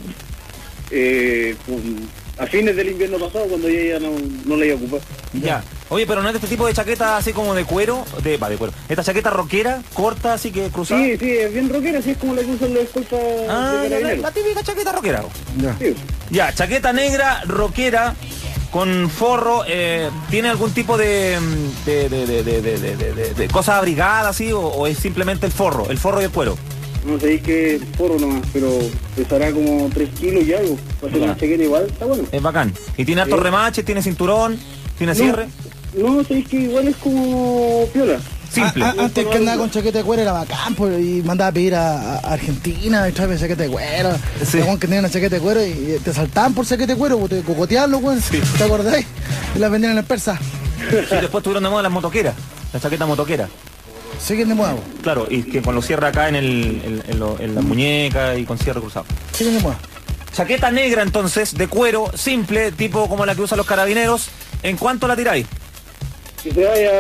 Eh, a fines del invierno pasado, cuando ya, ya no, no la iba a ocupar. Ya. Oye, pero no es de este tipo de chaqueta así como de cuero, de, va, de cuero. Esta chaqueta rockera, corta, así que cruzada. Sí, sí, es bien rockera, así es como la que usan los escoltas ah, de la, la típica chaqueta rockera. Ya. Sí. Ya, chaqueta negra, rockera, con forro, eh, ¿tiene algún tipo de de, de, de, de, de, de, de, de cosa abrigada así o, o es simplemente el forro, el forro y el cuero? No sé qué es forro nomás, pero pesará como tres kilos y algo. Para hacer una chaqueta igual, está bueno. Es bacán. ¿Y tiene hartos eh. remaches, tiene cinturón, tiene no, cierre? No, sé que igual es como piola. Simple. A, a, antes que andaba con chaqueta de cuero era bacán, pues, y mandaba a pedir a, a Argentina y traerme chaqueta de cuero. Sí. Que tenía una chaqueta de cuero y te saltaban por chaqueta de cuero, pues, te cocoteaban los güeyes. Sí. ¿Te acordáis? Y las vendían en el persa. Sí, después tuvieron de moda las motoqueras, la chaqueta motoquera. Siguen de moda. Claro, y que con lo cierre acá en, el, en, en, lo, en la muñeca y con cierre cruzado. Siguen de moda. Chaqueta negra entonces, de cuero, simple, tipo como la que usan los carabineros. ¿En cuánto la tiráis? Que se vaya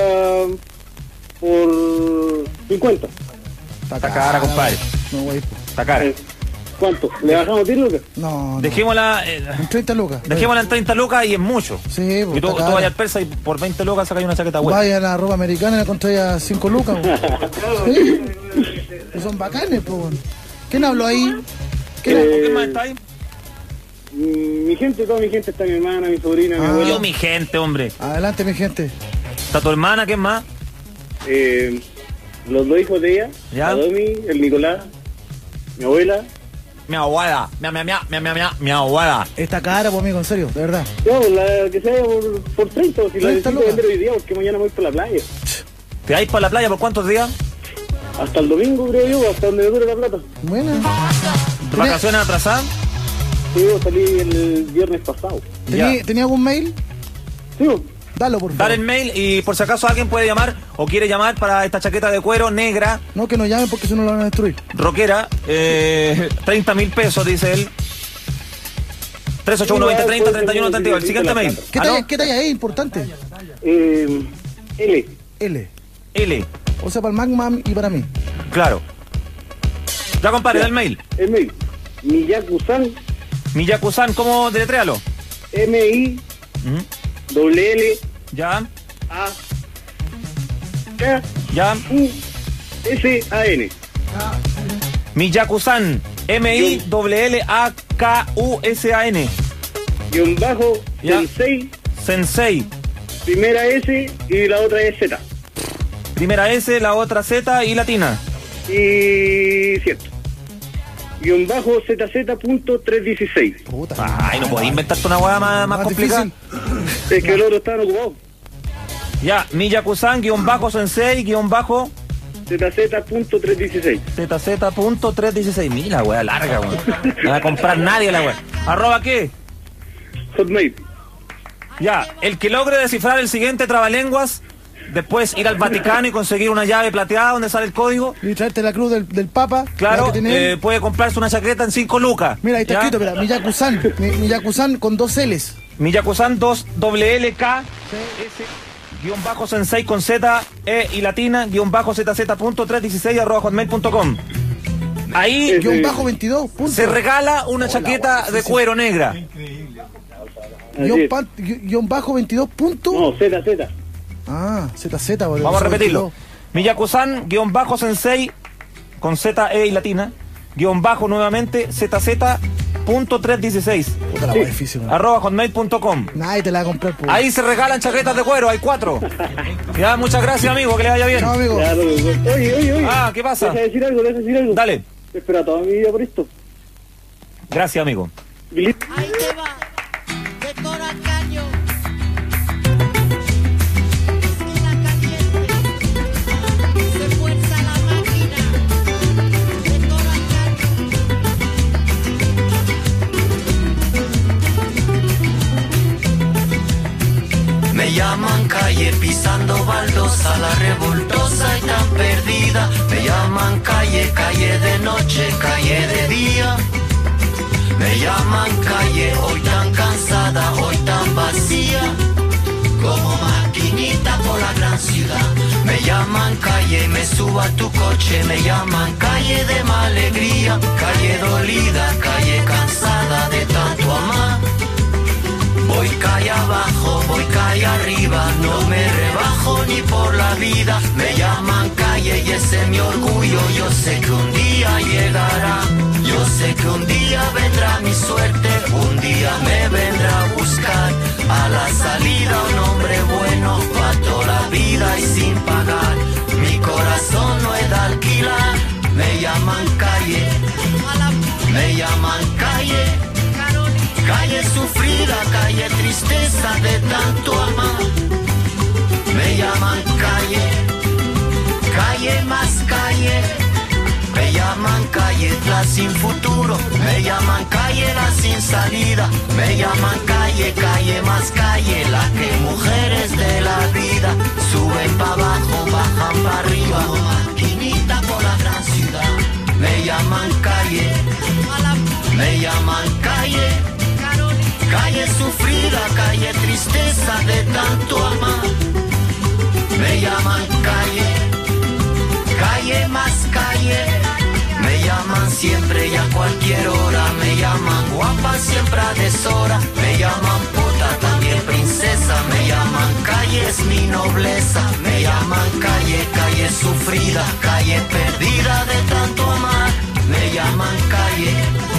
por cincuenta. Está, Está cara, cara, compadre. No, güey. Está cara. Eh, ¿Cuánto? ¿Le bajamos diez lucas? No, no. Dejémosla... Eh, en treinta lucas. Dejémosla en treinta lucas y es mucho. Sí, porque y tú, tú vayas al persa y por veinte lucas sacáis una chaqueta buena. Vaya a la ropa americana y la encontráis a cinco lucas. Sí. Son bacanes, pues. ¿Quién habló ahí? ¿Quién, eh, ¿Con quién más está ahí? Mi gente, toda mi gente está, mi hermana, mi sobrina, ah, mi abuela. Yo, mi gente, hombre. Adelante, mi gente. ¿Está tu hermana? ¿Quién más? Eh, los dos hijos de ella, ¿ya? La Domi, el Nicolás, mi abuela. Mi abuela, mi, mi, mi, mi, mi, mi, mi abuela. Está cara, pues, amigo, en serio, de verdad. No, la que sea por, por treinta, si la necesito vender hoy día, porque mañana voy por la playa. ¿Te vais para la playa por cuántos días? Hasta el domingo, creo yo, hasta donde me dure la plata. Bueno. ¿Vacaciones atrasadas? Sí, yo salí el viernes pasado. ¿Tenía, ¿tenía algún mail? Sí. Dalo, por favor. Dale el mail y por si acaso alguien puede llamar o quiere llamar para esta chaqueta de cuero negra. No, que no llamen porque si no lo van a destruir. Rockera, eh, treinta mil pesos, dice él. tres ocho uno, veinte, treinta, treinta y uno, treinta y dos. El siguiente mail. ¿Qué talla, ¿Qué talla es? Importante. Eh, L. L. L. O sea, para el Magma y para mí. Claro. Ya, compadre, da el mail. El mail. Miyaku-san. Miyaku-san, ¿cómo deletréalo? M I W L Ya. A K Ya. U S A N. Miyaku-san. M I W L A K U S A N. Guión bajo. Ya. Sensei. Sensei. Primera S y la otra es Z. Primera S, la otra Z y latina. Y cierto. Guión bajo Z Z punto trescientos dieciséis. Ay, no podés inventarte una hueá más, más, más complicada. Difícil. Es que el otro estaba ocupado. Ya, Miyaku-san, guión bajo sensei, guión bajo Z Z punto trescientos dieciséis. Z Z punto trescientos dieciséis. Mira, weá, larga, weá. No va a comprar nadie la weá. ¿Arroba qué? Hotmail. Ya, el que logre descifrar el siguiente trabalenguas Después ir al Vaticano y conseguir una llave plateada donde sale el código. Y traerte la cruz del, del Papa. Claro, que tiene eh, puede comprarse una chaqueta en cinco lucas. Mira, ahí está ¿ya? escrito, mira, Miyaku-san. Mi- Miyaku-san con dos L's. Miyaku-san dos doble L K S guión bajo sensei con Z E y latina guión bajo Z Z punto trescientos dieciséis arroba hotmail punto com. Ahí Guión bajo veintidós. Punto. se regala una chaqueta de cuero negra. Guión, pan- gui- guión bajo veintidós punto. No, Z, Z. Ah, Z Z. boludo. Vamos a repetirlo. Miyaku-san guión bajo sensei con Z E y latina guión bajo nuevamente Z Z punto trescientos dieciséis Puta la wea difícil, man. arroba hotmail punto com. Nadie te la va a comprar, pues. Ahí se regalan chaquetas de cuero, hay cuatro. Ya, muchas gracias, amigo, que le vaya bien. Chao, amigo. Ya, lo- lo- Oye, oye, oye. Ah, ¿qué pasa? Deja decir algo, deja decir algo. Dale. Espera toda mi vida por esto. Gracias, amigo. Billy- Ahí te va, de Coracaño. Esquina caliente, se fuerza la máquina. De Coracaño. Me llaman calle pisando baldosa, la revoltosa y tan perdida. Me llaman calle, calle de noche, calle de día. Me llaman calle, hoy tan cansada, hoy tan vacía, como maquinita por la gran ciudad. Me llaman calle, me subo a tu coche, me llaman calle de mala alegría, calle dolida, calle cansada de tanto amar. Voy calle abajo, voy calle arriba, no me rebajo ni por la vida. Me llaman calle y ese es mi orgullo, yo sé que un día llegará. Yo sé que un día vendrá mi suerte, un día me vendrá a buscar. A la salida un hombre bueno, pa' toda la vida y sin pagar. Mi corazón no es de alquilar, me llaman calle, me llaman calle. Calle sufrida, calle tristeza de tanto amar. Me llaman calle, calle más calle. Me llaman calle la sin futuro. Me llaman calle la sin salida. Me llaman calle, calle más calle. La que mujeres de la vida suben pa' abajo, bajan pa' arriba. Como maquinita por la gran ciudad. Me llaman calle, me llaman calle. Calle sufrida, calle tristeza de tanto amar. Me llaman calle, calle más calle. Me llaman siempre y a cualquier hora. Me llaman guapa siempre a deshora. Me llaman puta, también princesa. Me llaman calle, es mi nobleza. Me llaman calle, calle sufrida, calle perdida de tanto amar. Me llaman calle,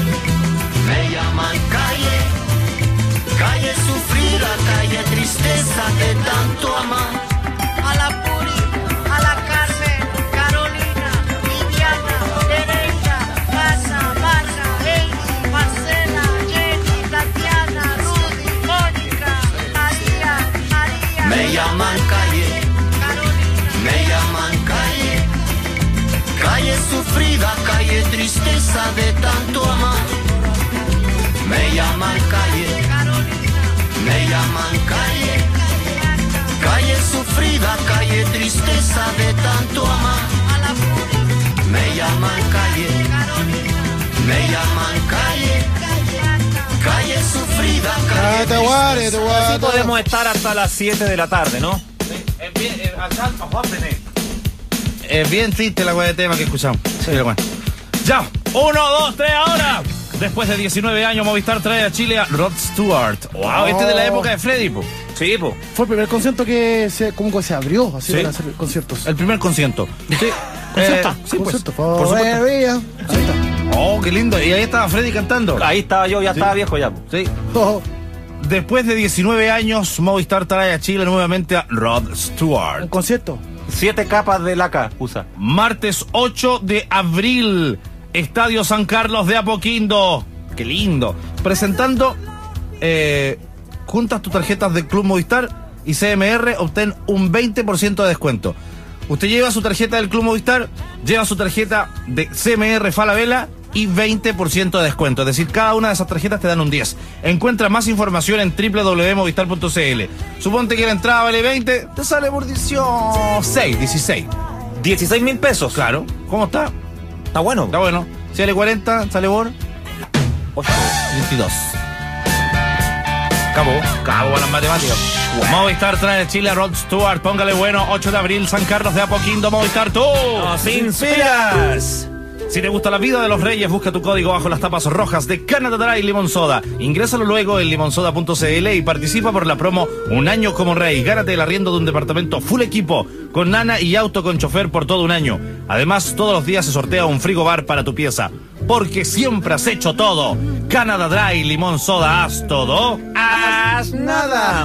me llaman calle. Calle sufrida, calle tristeza de tanto amar. A la Puri, a la Carmen, Carolina, Viviana, Teresa, Casa, Marta, Elsie, Marcela, Jenny, Tatiana, Rudy, Mónica, María, María. Me llaman calle, me llaman calle. Calle sufrida, calle tristeza de tanto amar. Me llaman calle, me llaman calle. Calle sufrida, calle tristeza de tanto amar. Me llaman calle, me llaman calle. Calle sufrida, calle Ah, te guarde, te guarde. Así podemos estar hasta las siete de la tarde, ¿no? Es bien, eh, es bien triste la wea de tema que escuchamos. Sí, pero bueno. Ya, uno, dos, tres, ahora. Después de diecinueve años, Movistar trae a Chile a Rod Stewart. Wow, este es de la época de Freddy, po. Sí, po. Fue el primer concierto que se, como que se abrió así Sí. para hacer conciertos. El primer concierto. Sí. Concierto, Eh, sí, pues. concierto. Por supuesto. Forever. Ahí está. Oh, qué lindo. Y ahí estaba Freddy cantando. Ahí estaba yo, ya Sí. estaba viejo ya. Sí. Oh, Después de diecinueve años, Movistar trae a Chile nuevamente a Rod Stewart. un concierto. Siete capas de laca usa. Martes ocho de abril, Estadio San Carlos de Apoquindo. Qué lindo. Presentando, eh, juntas tus tarjetas del Club Movistar y C M R, obtén un veinte por ciento de descuento. Usted lleva su tarjeta del Club Movistar, lleva su tarjeta de C M R Falabella y veinte por ciento de descuento. Es decir, cada una de esas tarjetas te dan un diez. Encuentra más información en doble u doble u doble u punto movistar punto c l. Suponte que la entrada vale veinte, te sale por dieciséis, dieciséis. dieciséis mil pesos. Claro. ¿Cómo está? Está bueno. Está bueno. Si vale cuarenta, sale por veintidós. Cabo, cabo a las matemáticas. Bueno. Movistar trae Chile a Rod Stewart. Póngale bueno, ocho de abril, San Carlos de Apoquindo, Movistar, tú. ¡Nos inspiras! Si te gusta la vida de los reyes, busca tu código bajo las tapas rojas de Canada Dry Limón Soda. Ingrésalo luego en limonsoda punto c l y participa por la promo Un año como rey. Gánate el arriendo de un departamento full equipo, con nana y auto con chofer por todo un año. Además, todos los días se sortea un frigobar para tu pieza. Porque siempre has hecho todo. Canada Dry Limón Soda, haz todo. ¡Haz nada!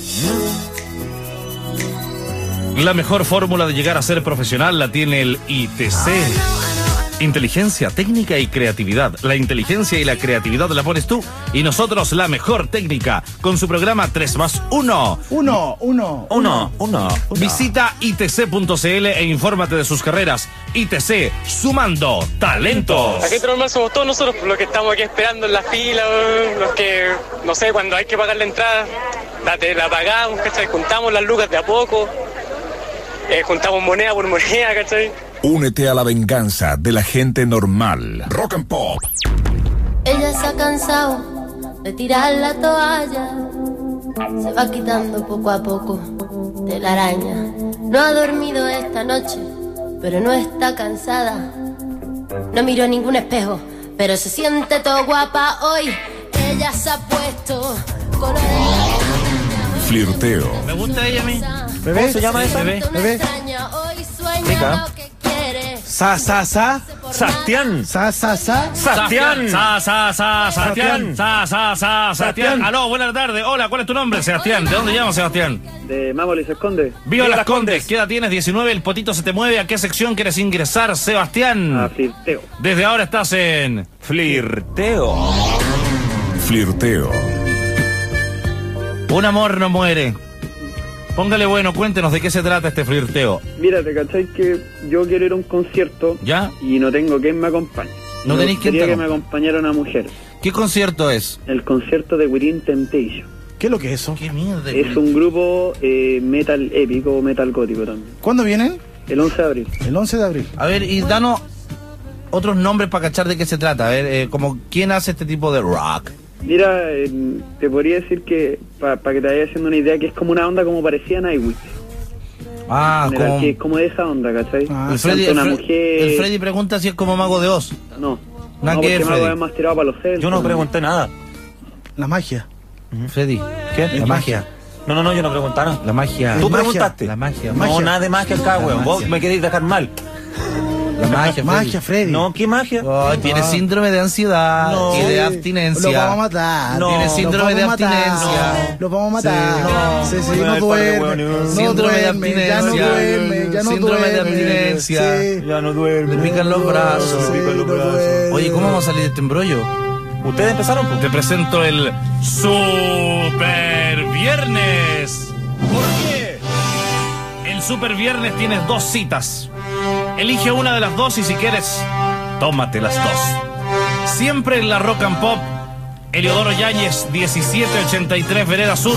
La mejor fórmula de llegar a ser profesional la tiene el I T C. Inteligencia, técnica y creatividad. La inteligencia y la creatividad la pones tú y nosotros la mejor técnica con su programa tres más uno. Uno, uno, uno, uno. Visita i t c punto c l e infórmate de sus carreras. I T C, sumando talentos. Aquí normal somos todos nosotros los que estamos aquí esperando en la fila, los que, no sé, cuando hay que pagar la entrada, date, la pagamos, ¿cachai? Juntamos las lucas de a poco, eh, juntamos moneda por moneda, ¿cachai? Únete a la venganza de la gente normal. Rock and Pop. Ella se ha cansado de tirar la toalla. Se va quitando poco a poco de la araña. No ha dormido esta noche, pero no está cansada. No miró ningún espejo, pero se siente todo guapa hoy. Ella se ha puesto color. Flirteo. Me gusta ella a mí. ¿Bebé? ¿Cómo se llama esa? Bebé, bebé. Hoy sueña lo que quiere. Sa, sa, sa. Sastián. Sa, sa, sa. Sastián. Sa, sa, sa, Sastián. Sastián. Sa, sa, sa, Sastián. Aló, buenas tardes. Hola, ¿cuál es tu nombre, Sebastián? ¿De dónde llamas, Sebastián? De Mámolis Esconde. Viva Las Condes. ¿Qué edad tienes? diecinueve, el potito se te mueve. ¿A qué sección quieres ingresar, Sebastián? A flirteo. Desde ahora estás en Flirteo. Flirteo. Un amor no muere. Póngale bueno, cuéntenos de qué se trata este flirteo. Mira, te cachai que yo quiero ir a un concierto. ¿Ya? Y no tengo quien me acompañe. No me tenéis quien gustaría te que me acompañara una mujer. ¿Qué concierto es? El concierto de Within Temptation. ¿Qué es lo que es eso? ¿Qué mierda? Es un grupo eh, metal épico, metal gótico también. ¿Cuándo vienen? El once de abril. El once de abril. A ver, y danos otros nombres para cachar de qué se trata. A ver, eh, como quién hace este tipo de rock. Mira, eh, te podría decir que, para pa que te vayas haciendo una idea, que es como una onda como parecía a Nightwish. Ah, General, como... que es como de esa onda, ¿cachai? Ah, el, Freddy, el, una Fre mujer... el Freddy pregunta si es como Mago de Oz. No. Nada no, que porque ver, Mago Freddy. es más tirado para los celtas. Yo no pregunté nada. La magia. Freddy, ¿qué? La, la magia. magia. No, no, no, yo no pregunté nada. La magia. ¿Tú magia. preguntaste? La magia. No, magia. nada de magia acá, weón. Vos me queréis dejar mal. La magia, Magia, Freddy. No, ¿qué magia? Oh, tiene Ah. síndrome de ansiedad No. y de Sí. abstinencia. Lo vamos a matar. No. Tiene Lo síndrome de vamos a matar. abstinencia. Lo vamos a matar. Sí. No. Sí, sí, No, no el duerme. padre, weón, No síndrome de duerme, ya no abstinencia. duerme, ya no Síndrome de duerme. abstinencia. Sí. Ya no duerme. Le pican los brazos. Sí, pican los no brazos. duerme. Oye, ¿cómo vamos a salir de este embrollo? ¿Ustedes empezaron? Te presento el Super Viernes. ¿Por qué? El Super Viernes tienes dos citas. Elige una de las dos y si quieres, tómate las dos. Siempre en la Rock and Pop, Eliodoro Yáñez, diecisiete ochenta y tres Vereda Sur.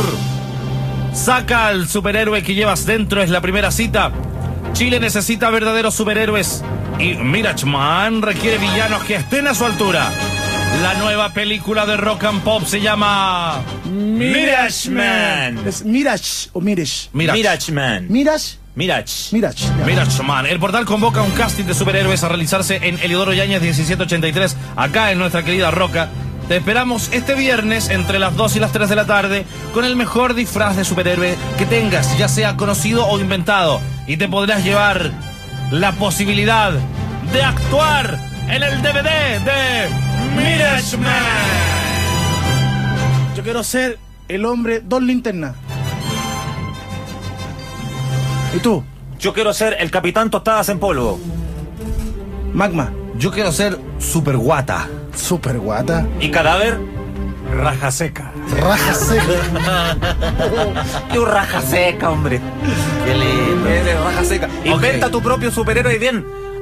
Saca al superhéroe que llevas dentro, es la primera cita. Chile necesita verdaderos superhéroes y Mirachman requiere villanos que estén a su altura. La nueva película de Rock and Pop se llama Mirachman. ¿Es Mirage o Mirish? Mirage. Mirachman. Mirage. Mirach. Mirage. ya. Mirachman. El portal convoca un casting de superhéroes a realizarse en Eliodoro Yáñez diecisiete ochenta y tres, acá en nuestra querida Roca. Te esperamos este viernes entre las dos y las tres de la tarde con el mejor disfraz de superhéroe que tengas, ya sea conocido o inventado. Y te podrás llevar la posibilidad de actuar en el D V D de Mirachman. Yo quiero ser el hombre dos linternas. ¿Y tú? Yo quiero ser el capitán Tostadas en polvo. Magma. Yo quiero ser super guata. Super guata. Y cadáver, raja seca. Raja seca. Yo raja seca, hombre. Qué lindo. Eres raja seca. Inventa tu propio superhéroe bien.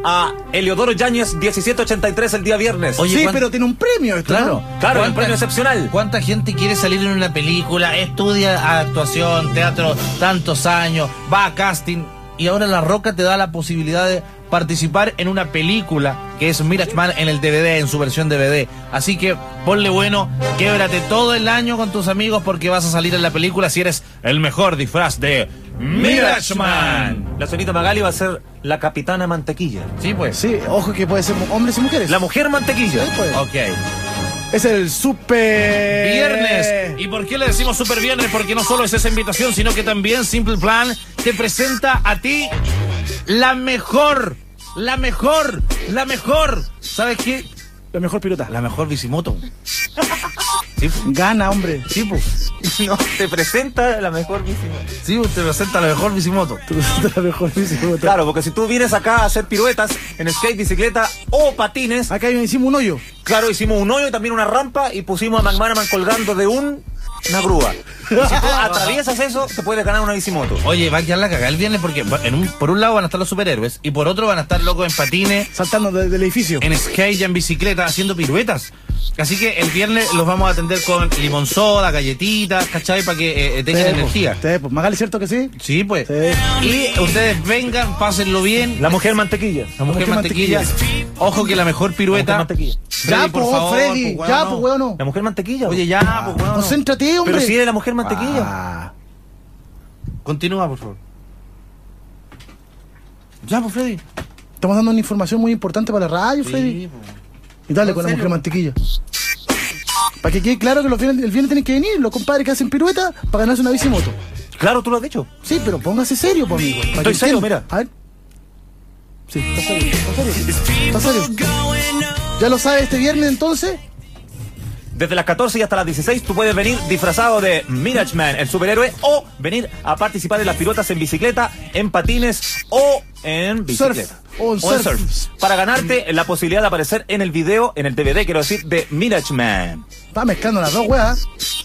a Eleodoro Yáñez diecisiete ochenta y tres el día viernes. Oye, sí, pero tiene un premio esto, Claro, ¿no? Claro, un premio excepcional. ¿Cuánta gente quiere salir en una película, estudia actuación, teatro, tantos años, va a casting y ahora La Roca te da la posibilidad de participar en una película que es Mirage Man en el D V D, en su versión D V D? Así que ponle bueno, québrate todo el año con tus amigos porque vas a salir en la película si eres el mejor disfraz de Mirage Man. La señorita Magali va a ser la capitana Mantequilla. Sí, pues. Sí, ojo que puede ser hombres y mujeres. La mujer Mantequilla. Sí, pues. Ok. Es el super Viernes. ¿Y por qué le decimos super viernes? Porque no solo es esa invitación, sino que también Simple Plan te presenta a ti la mejor, la mejor, la mejor. ¿Sabes qué? La mejor pilota. La mejor bicimoto. Sí, gana, hombre. Sí, pues. No, te presenta la mejor bicimoto. Sí, te presenta la mejor bicimoto. Te presenta la mejor bicimoto. Claro, porque si tú vienes acá a hacer piruetas en skate, bicicleta o patines. Acá hicimos un hoyo. Claro, hicimos un hoyo y también una rampa y pusimos a McManaman colgando de un... una grúa. Y si tú atraviesas eso, te puedes ganar una bicimoto. Oye, va a quedar la cagada el viernes porque en un, por un lado van a estar los superhéroes y por otro van a estar locos en patines, saltando de, del edificio, en skate y en bicicleta, haciendo piruetas. Así que el viernes los vamos a atender con limón soda, galletitas, ¿cachai? Para que eh, tengan sí, energía. Pues, sí, pues. Magali, ¿cierto que sí? Sí, pues. Sí. Y ustedes vengan, pásenlo bien. La mujer mantequilla. La mujer, mujer mantequilla. mantequilla. Ojo que la mejor pirueta. La mujer mantequilla. Ya, por pues, favor, Freddy. Pues, ya, pues, weón, no. La mujer mantequilla. Oye, ya, pues, weón. Concéntrate, hombre. Pero si es la mujer mantequilla. Ah. Continúa, por favor. Ya, pues, Freddy. Estamos dando una información muy importante para la radio, Freddy. Sí, pues. Y dale con la mujer mantequilla. Para que quede claro que los viernes, el viernes tienen que venir los compadres que hacen pirueta para ganarse una bicimoto. Claro, tú lo has dicho. Sí, pero póngase serio, por amigo. Estoy serio, mira. A ver. Sí, está serio, está serio. Está serio. ¿Ya lo sabes este viernes entonces? Desde las catorce y hasta las dieciséis tú puedes venir disfrazado de Mirage Man, el superhéroe, o venir a participar en las piruetas en bicicleta, en patines o en bicicleta. Surf. O en o en surf. surf. Para ganarte la posibilidad de aparecer en el video, en el D V D, quiero decir, de Mirage Man. Está mezclando las dos weas.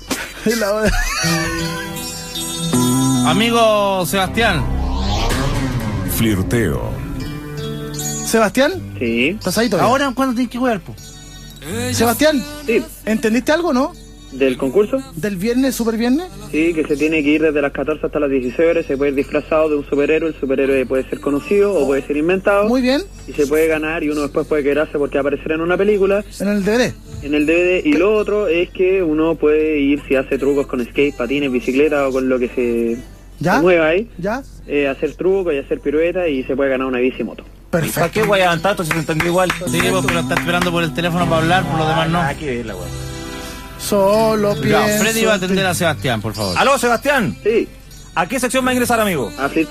Amigo Sebastián. Flirteo. Sebastián, Sí. ¿estás ahí todavía? Ahora, ¿cuándo tienes que jugar, po? Sebastián, Sí. ¿entendiste algo, no? ¿Del concurso? ¿Del viernes, super viernes? Sí, que se tiene que ir desde las catorce hasta las dieciséis horas. Se puede ir disfrazado de un superhéroe. El superhéroe puede ser conocido o puede ser inventado. Muy bien. Y se puede ganar y uno después puede quedarse porque va a aparecer en una película. En el D V D. En el D V D. Y lo otro es que uno puede ir si hace trucos con skate, patines, bicicleta o con lo que se, ¿Ya? se mueva ahí. ¿Ya? Eh, hacer trucos y hacer piruetas y se puede ganar una bicimoto. ¿Para qué voy a levantar esto si se entendió igual? Sí, pues, pero está esperando por el teléfono para hablar, por lo demás no. Aquí es la wea. Solo pienso. Ya, Freddy va a atender a Sebastián, por favor. Aló, Sebastián. Sí. ¿A qué sección va a ingresar, amigo? Así